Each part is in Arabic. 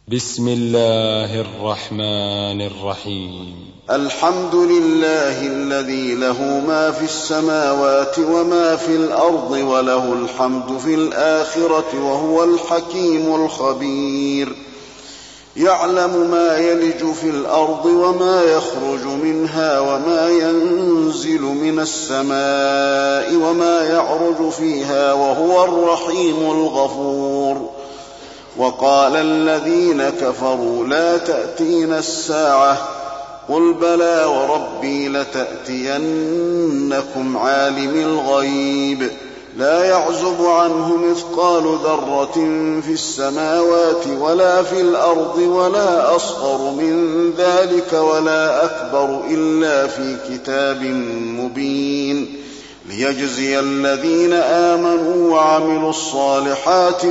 بسم الله الرحمن الرحيم. الحمد لله الذي له ما في السماوات وما في الأرض وله الحمد في الآخرة وهو الحكيم الخبير. يعلم ما يلج في الأرض وما يخرج منها وما ينزل من السماء وما يعرج فيها وهو الرحيم الغفور. وقال الذين كفروا لا تأتينا الساعة قل بلى وربي لتأتينكم عالم الغيب لا يعزب عنه مثقال ذرة في السماوات ولا في الأرض ولا أصغر من ذلك ولا أكبر إلا في كتاب مبين ليجزي الذين آمنوا وعملوا الصالحات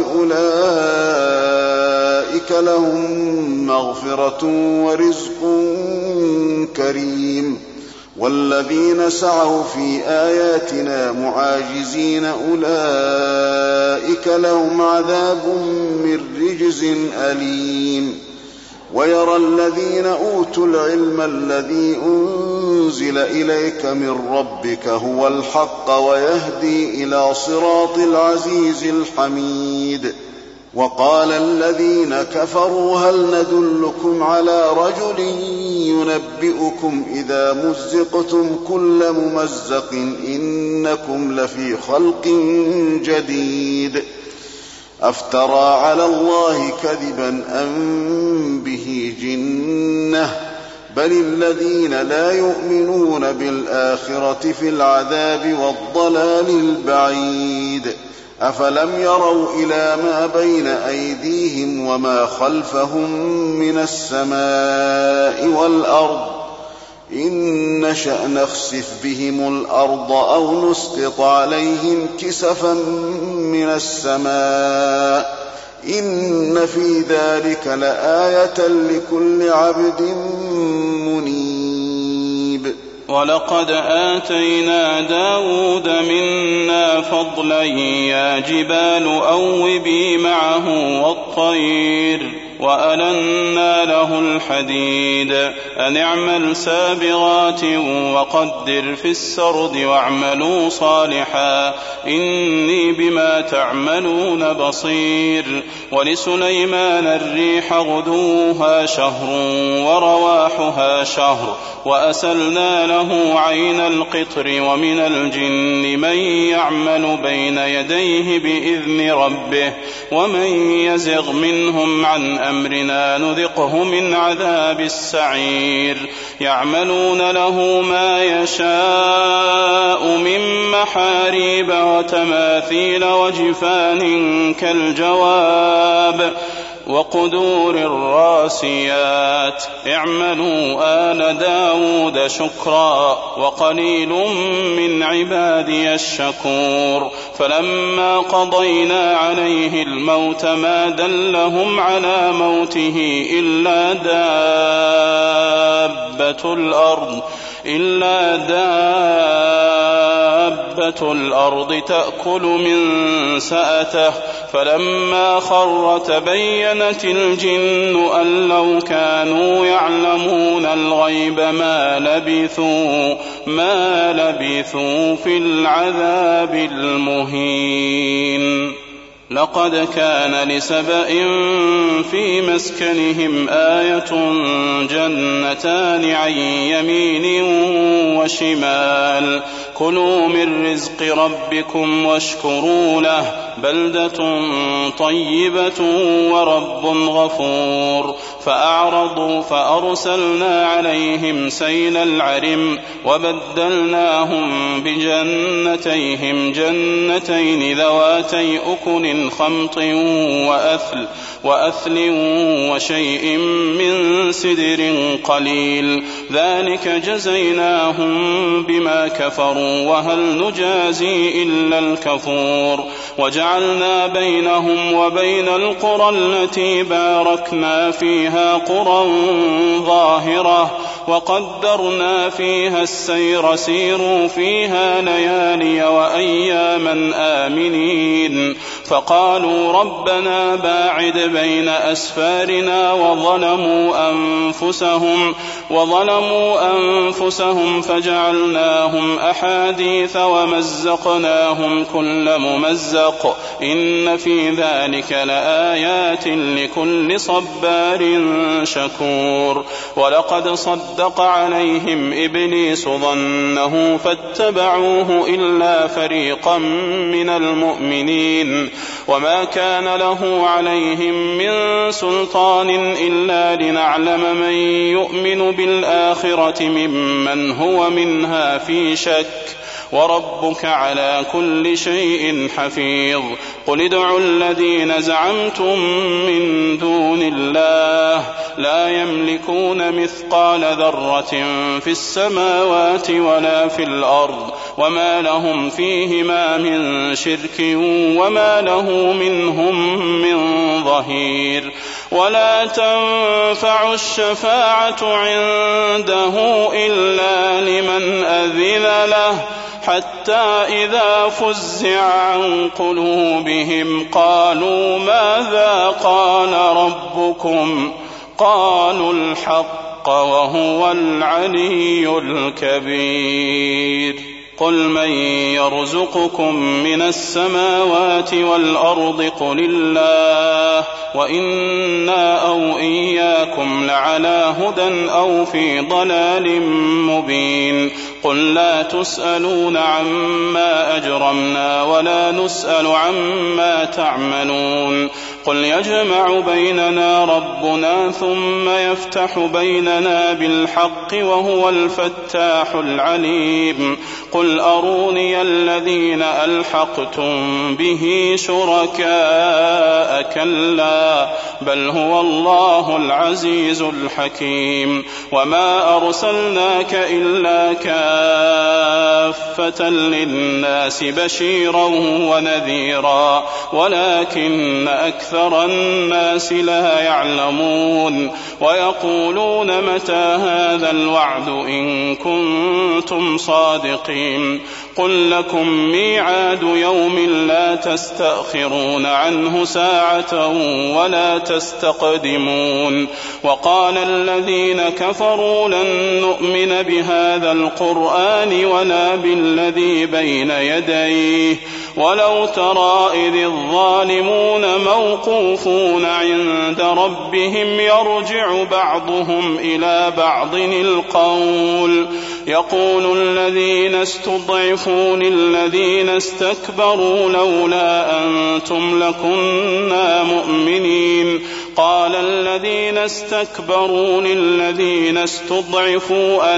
أولئك لهم مغفرة ورزق كريم. والذين سعوا في آياتنا معاجزين أولئك لهم عذاب من رجز أليم. ويرى الذين أوتوا العلم الذي أنزل إليك من ربك هو الحق ويهدي إلى صراط العزيز الحميد. وقال الذين كفروا هل ندلكم على رجل ينبئكم إذا مزقتم كل ممزق إنكم لفي خلق جديد أفترى على الله كذبا أم به جنة بل الذين لا يؤمنون بالآخرة في العذاب والضلال البعيد. أفلم يروا إلى ما بين أيديهم وما خلفهم من السماء والأرض إن نشأ نخسف بهم الأرض أو نسقط عليهم كسفا من السماء إن في ذلك لآية لكل عبد منيب. ولقد آتينا داود منا فضلا يا جبال أوبي معه والطير وألنا له الحديد أن اعمل سابغات وقدر في السرد واعملوا صالحا إني بما تعملون بصير. ولسليمان الريح غدوها شهر ورواحها شهر وأسلنا له عين القطر ومن الجن من يعمل بين يديه بإذن ربه ومن يزغ منهم عن أمرنا نذقه من عذاب السعير. يعملون له ما يشاء من محاريب وتماثيل وجفان كالجواب وقدور الراسيات اعملوا آل داود شكرا وقليل من عبادي الشكور. فلما قضينا عليه الموت ما دلهم على موته إلا دابة الأرض تأكل من سأته فلما خر تبينت الجن أن لو كانوا يعلمون الغيب ما لبثوا في العذاب المهين. لقد كان لسبإ في مسكنهم آية جنتان عن يمين وشمال كلوا من رزق ربكم واشكروا له بلدة طيبة ورب غفور. فأعرضوا فأرسلنا عليهم سيل العرم وبدلناهم بجنتيهم جنتين ذواتي أكل خمط وأثل وشيء من سدر قليل ذلك جزيناهم بما كفروا وهل نجازي إلا الكفور. وجعلنا بينهم وبين القرى التي باركنا فيها قرى ظاهرة وقدرنا فيها السير سيروا فيها ليالي وأياما آمنين فقالوا ربنا باعد بين أسفارنا وظلموا أنفسهم فجعلناهم أحاديث ومزقناهم كل ممزق إن في ذلك لآيات لكل صبار شكور ولقد صدق عليهم إبليس ظنه فاتبعوه إلا فريقا من المؤمنين وما كان له عليهم من سلطان إلا لنعلم من يؤمن بالآخرة ممن هو منها في شك وربك على كل شيء حفيظ قل ادعوا الذين زعمتم من دون الله لا يملكون مثقال ذرة في السماوات ولا في الأرض وما لهم فيهما من شرك وما له منهم من ظهير ولا تنفع الشفاعة عنده إلا لمن أذن له حتى إذا فزع عن قلوبهم قالوا ماذا قال ربكم قالوا الحق وهو العلي الكبير قل من يرزقكم من السماوات والأرض قل الله وإنا أو إياكم لعلى هدى أو في ضلال مبين قل لا تسألون عما أجرمنا ولا نسأل عما تعملون قل يجمع بيننا ربنا ثم يفتح بيننا بالحق وهو الفتاح العليم قل أروني الذين ألحقتم به شركاء كلا بل هو الله العزيز الحكيم وما أرسلناك إلا كافة للناس بشيرا ونذيرا ولكن أكثر الناس لا يعلمون ويقولون متى هذا الوعد إن كنتم صادقين قل لكم ميعاد يوم لا تستأخرون عنه ساعة ولا تستقدمون وقال الذين كفروا لن نؤمن بهذا القرآن ولا بالذي بين يديه ولو ترى إذ الظالمون موقوفون عند ربهم يرجع بعضهم إلى بعض القول يقول الذين استضعفوا للذين استكبروا لولا أنتم لكنا مؤمنين قال الذين استكبروا للذين استضعفوا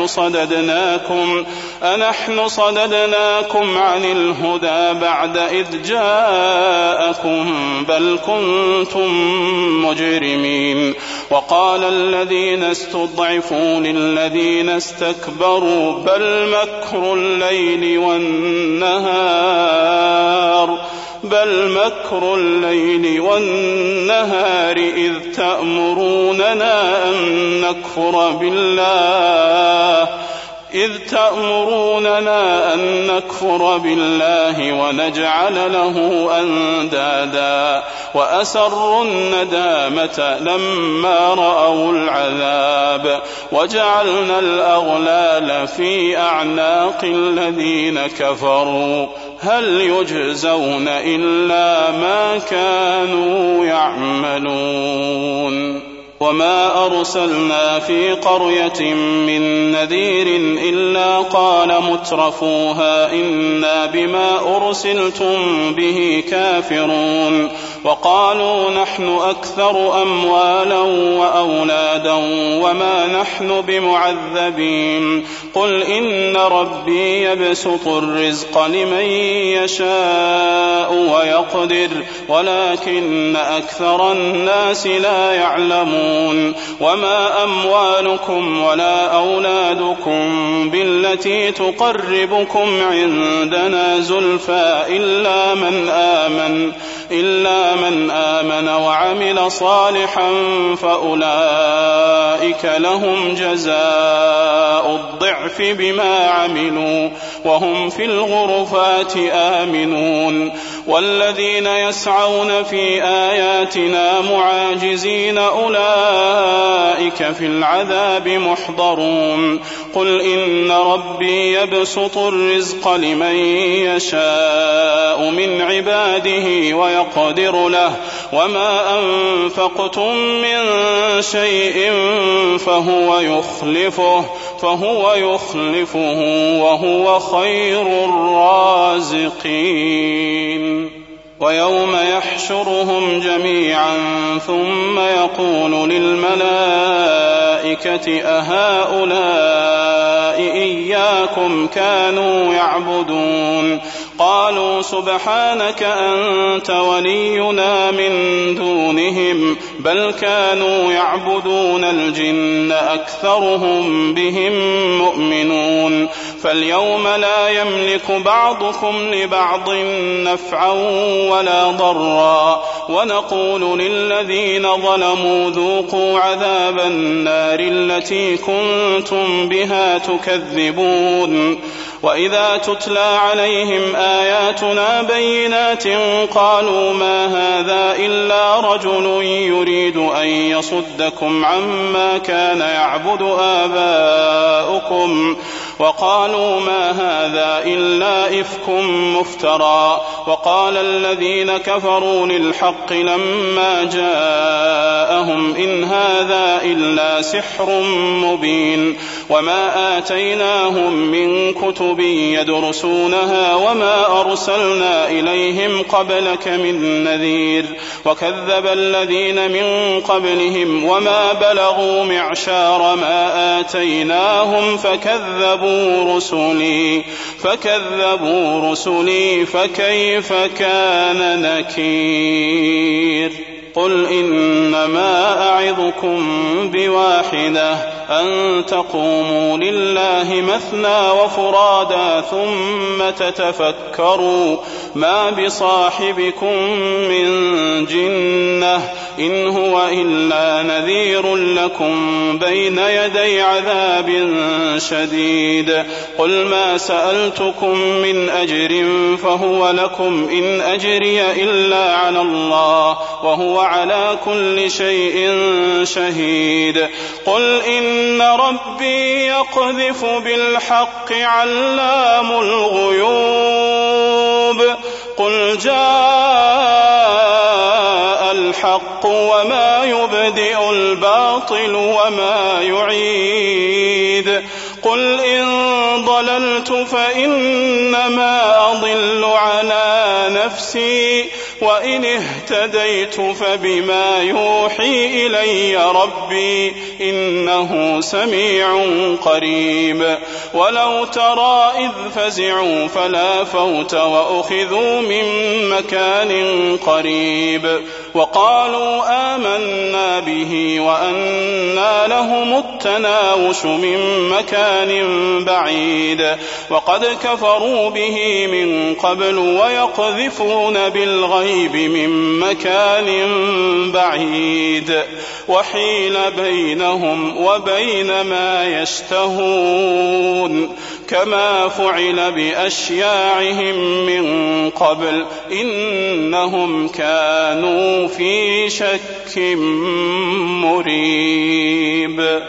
أنحن صددناكم عن الهدى بعد إذ جاءكم بل كنتم مجرمين وقال الذين استضعفوا للذين استكبروا بل مكر الليل والنهار إذ تأمروننا أن نكفر بالله ونجعل له أندادا وأسروا الندامة لما رأوا العذاب وجعلنا الأغلال في أعناق الذين كفروا هل يجزون إلا ما كانوا يعملون وما أرسلنا في قرية من نذير إلا قال مترفوها إنا بما أرسلتم به كافرون وقالوا نحن أكثر أموالا وأولادا وما نحن بمعذبين قل إن ربي يبسط الرزق لمن يشاء ويقدر ولكن أكثر الناس لا يعلمون وما أموالكم ولا أولادكم بالتي تقربكم عندنا زلفى إلا من آمن وعمل صالحا فأولئك لهم جزاء الضعف بما عملوا وهم في الغرفات آمنون والذين يسعون في آياتنا معاجزين أولئك في العذاب محضرون قل إن ربي يبسط الرزق لمن يشاء من عباده ويقدر له وما أنفقتم من شيء فهو يخلفه وهو خير الرازقين ويوم يحشرهم جميعا ثم يقول للملائكة أهؤلاء إياكم كانوا يعبدون قالوا سبحانك أنت ولينا من دونهم بل كانوا يعبدون الجن أكثرهم بهم مؤمنون فاليوم لا يملك بعضكم لبعض نفعا ولا ضرا ونقول للذين ظلموا ذوقوا عذاب النار التي كنتم بها تكذبون وإذا تتلى عليهم آياتنا بينات قالوا ما هذا إلا رجل يريد أن يصدكم عما كان يعبد آباؤكم وقالوا ما هذا إلا إفك مفترى وقال الذين كفروا للحق لما جاءهم إن هذا إلا سحر مبين وما آتيناهم من كتب يدرسونها وما أرسلنا إليهم قبلك من نذير وكذب الذين من قبلهم وما بلغوا معشار ما آتيناهم فكذبوا رسلي فكيف كان نكير قل إنما أعظكم بواحدة أن تقوموا لله مثنى وفرادا ثم تتفكروا ما بصاحبكم من جنة إن هو إلا نذير لكم بين يدي عذاب شديد قل ما سألتكم من أجر فهو لكم إن أجري إلا على الله وهو على كل شيء شهيد قل إن ربي يقذف بالحق علام الغيوب قل جاء الحق وما يبدئ الباطل وما يعيد قل إن ضللت فإنما أضل على نفسي وإن اهتديت فبما يوحي إلي ربي إنه سميع قريب ولو ترى إذ فزعوا فلا فوت وأخذوا من مكان قريب وقالوا آمنا به وأنى لهم التناوش من مكان بعيد وقد كفروا به من قبل ويقذفون بالغيب من مكان بعيد وحيل بينهم وبين ما يشتهون كما فعل بأشياعهم من قبل إنهم كانوا في شك مريب.